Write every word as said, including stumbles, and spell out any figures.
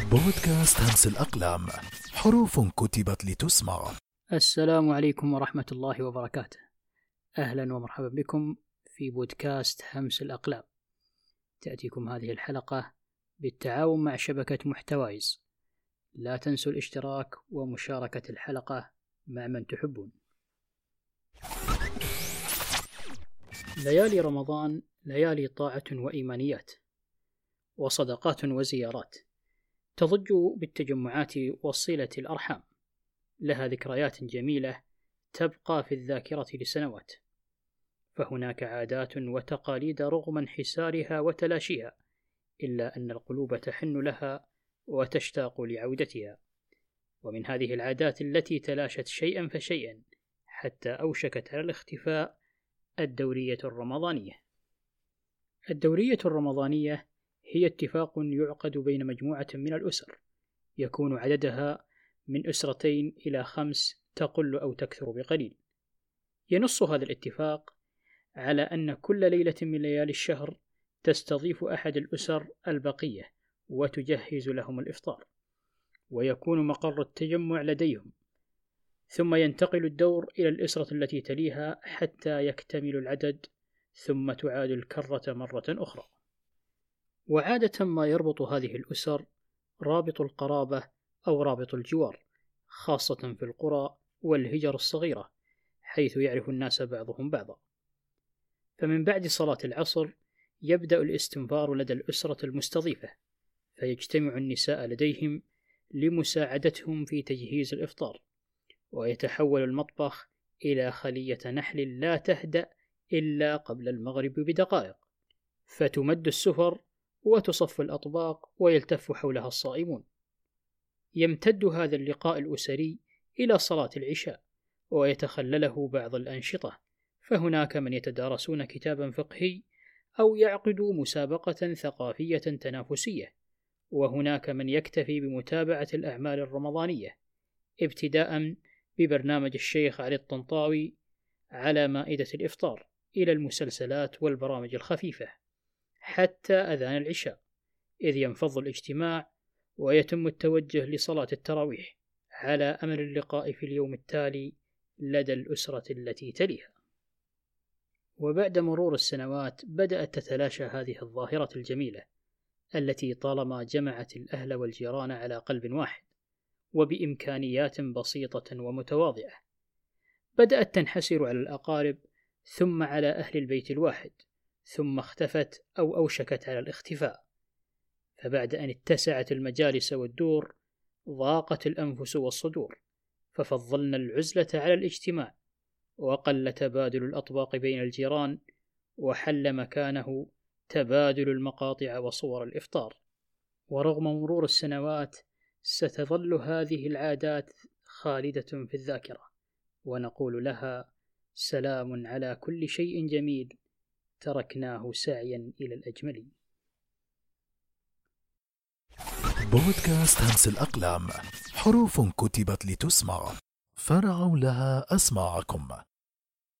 بودكاست همس الأقلام، حروف كتبت لتسمع. السلام عليكم ورحمة الله وبركاته. أهلا ومرحبا بكم في بودكاست همس الأقلام. تأتيكم هذه الحلقة بالتعاون مع شبكة محتوايز. لا تنسوا الاشتراك ومشاركة الحلقة مع من تحبون. ليالي رمضان ليالي طاعة وإيمانيات وصدقات وزيارات، تضج بالتجمعات وصلة الأرحام، لها ذكريات جميلة تبقى في الذاكرة لسنوات. فهناك عادات وتقاليد رغم انحسارها وتلاشيها، إلا أن القلوب تحن لها وتشتاق لعودتها. ومن هذه العادات التي تلاشت شيئا فشيئا حتى أوشكت على الاختفاء الدورية الرمضانية. الدورية الرمضانية هي اتفاق يعقد بين مجموعة من الأسر، يكون عددها من أسرتين إلى خمس، تقل أو تكثر بقليل. ينص هذا الاتفاق على أن كل ليلة من ليالي الشهر تستضيف أحد الأسر البقية وتجهز لهم الإفطار، ويكون مقر التجمع لديهم، ثم ينتقل الدور إلى الأسرة التي تليها حتى يكتمل العدد، ثم تعاد الكرة مرة أخرى. وعادة ما يربط هذه الأسر رابط القرابة أو رابط الجوار، خاصة في القرى والهجر الصغيرة، حيث يعرف الناس بعضهم بعضا. فمن بعد صلاة العصر يبدأ الاستنفار لدى الأسرة المستضيفة، فيجتمع النساء لديهم لمساعدتهم في تجهيز الإفطار، ويتحول المطبخ إلى خلية نحل لا تهدأ إلا قبل المغرب بدقائق، فتمد السفر وتصف الأطباق ويلتف حولها الصائمون. يمتد هذا اللقاء الأسري إلى صلاة العشاء، ويتخلله بعض الأنشطة، فهناك من يتدارسون كتابا فقهي أو يعقدوا مسابقة ثقافية تنافسية، وهناك من يكتفي بمتابعة الأعمال الرمضانية، ابتداء ببرنامج الشيخ علي الطنطاوي على مائدة الإفطار إلى المسلسلات والبرامج الخفيفة حتى أذان العشاء، إذ ينفض الاجتماع ويتم التوجه لصلاة التراويح على أمل اللقاء في اليوم التالي لدى الأسرة التي تليها. وبعد مرور السنوات بدأت تتلاشى هذه الظاهرة الجميلة التي طالما جمعت الأهل والجيران على قلب واحد وبإمكانيات بسيطة ومتواضعة. بدأت تنحسر على الأقارب، ثم على أهل البيت الواحد، ثم اختفت أو أوشكت على الاختفاء. فبعد أن اتسعت المجالس والدور ضاقت الأنفس والصدور، ففضلنا العزلة على الاجتماع، وقل تبادل الأطباق بين الجيران، وحل مكانه تبادل المقاطع وصور الإفطار. ورغم مرور السنوات ستظل هذه العادات خالدة في الذاكرة، ونقول لها سلام على كل شيء جميل تركناه سعيا إلى الأجمل. بودكاست همس الأقلام، حروف كتبت لتسمع، فرعوا لها أسماعكم.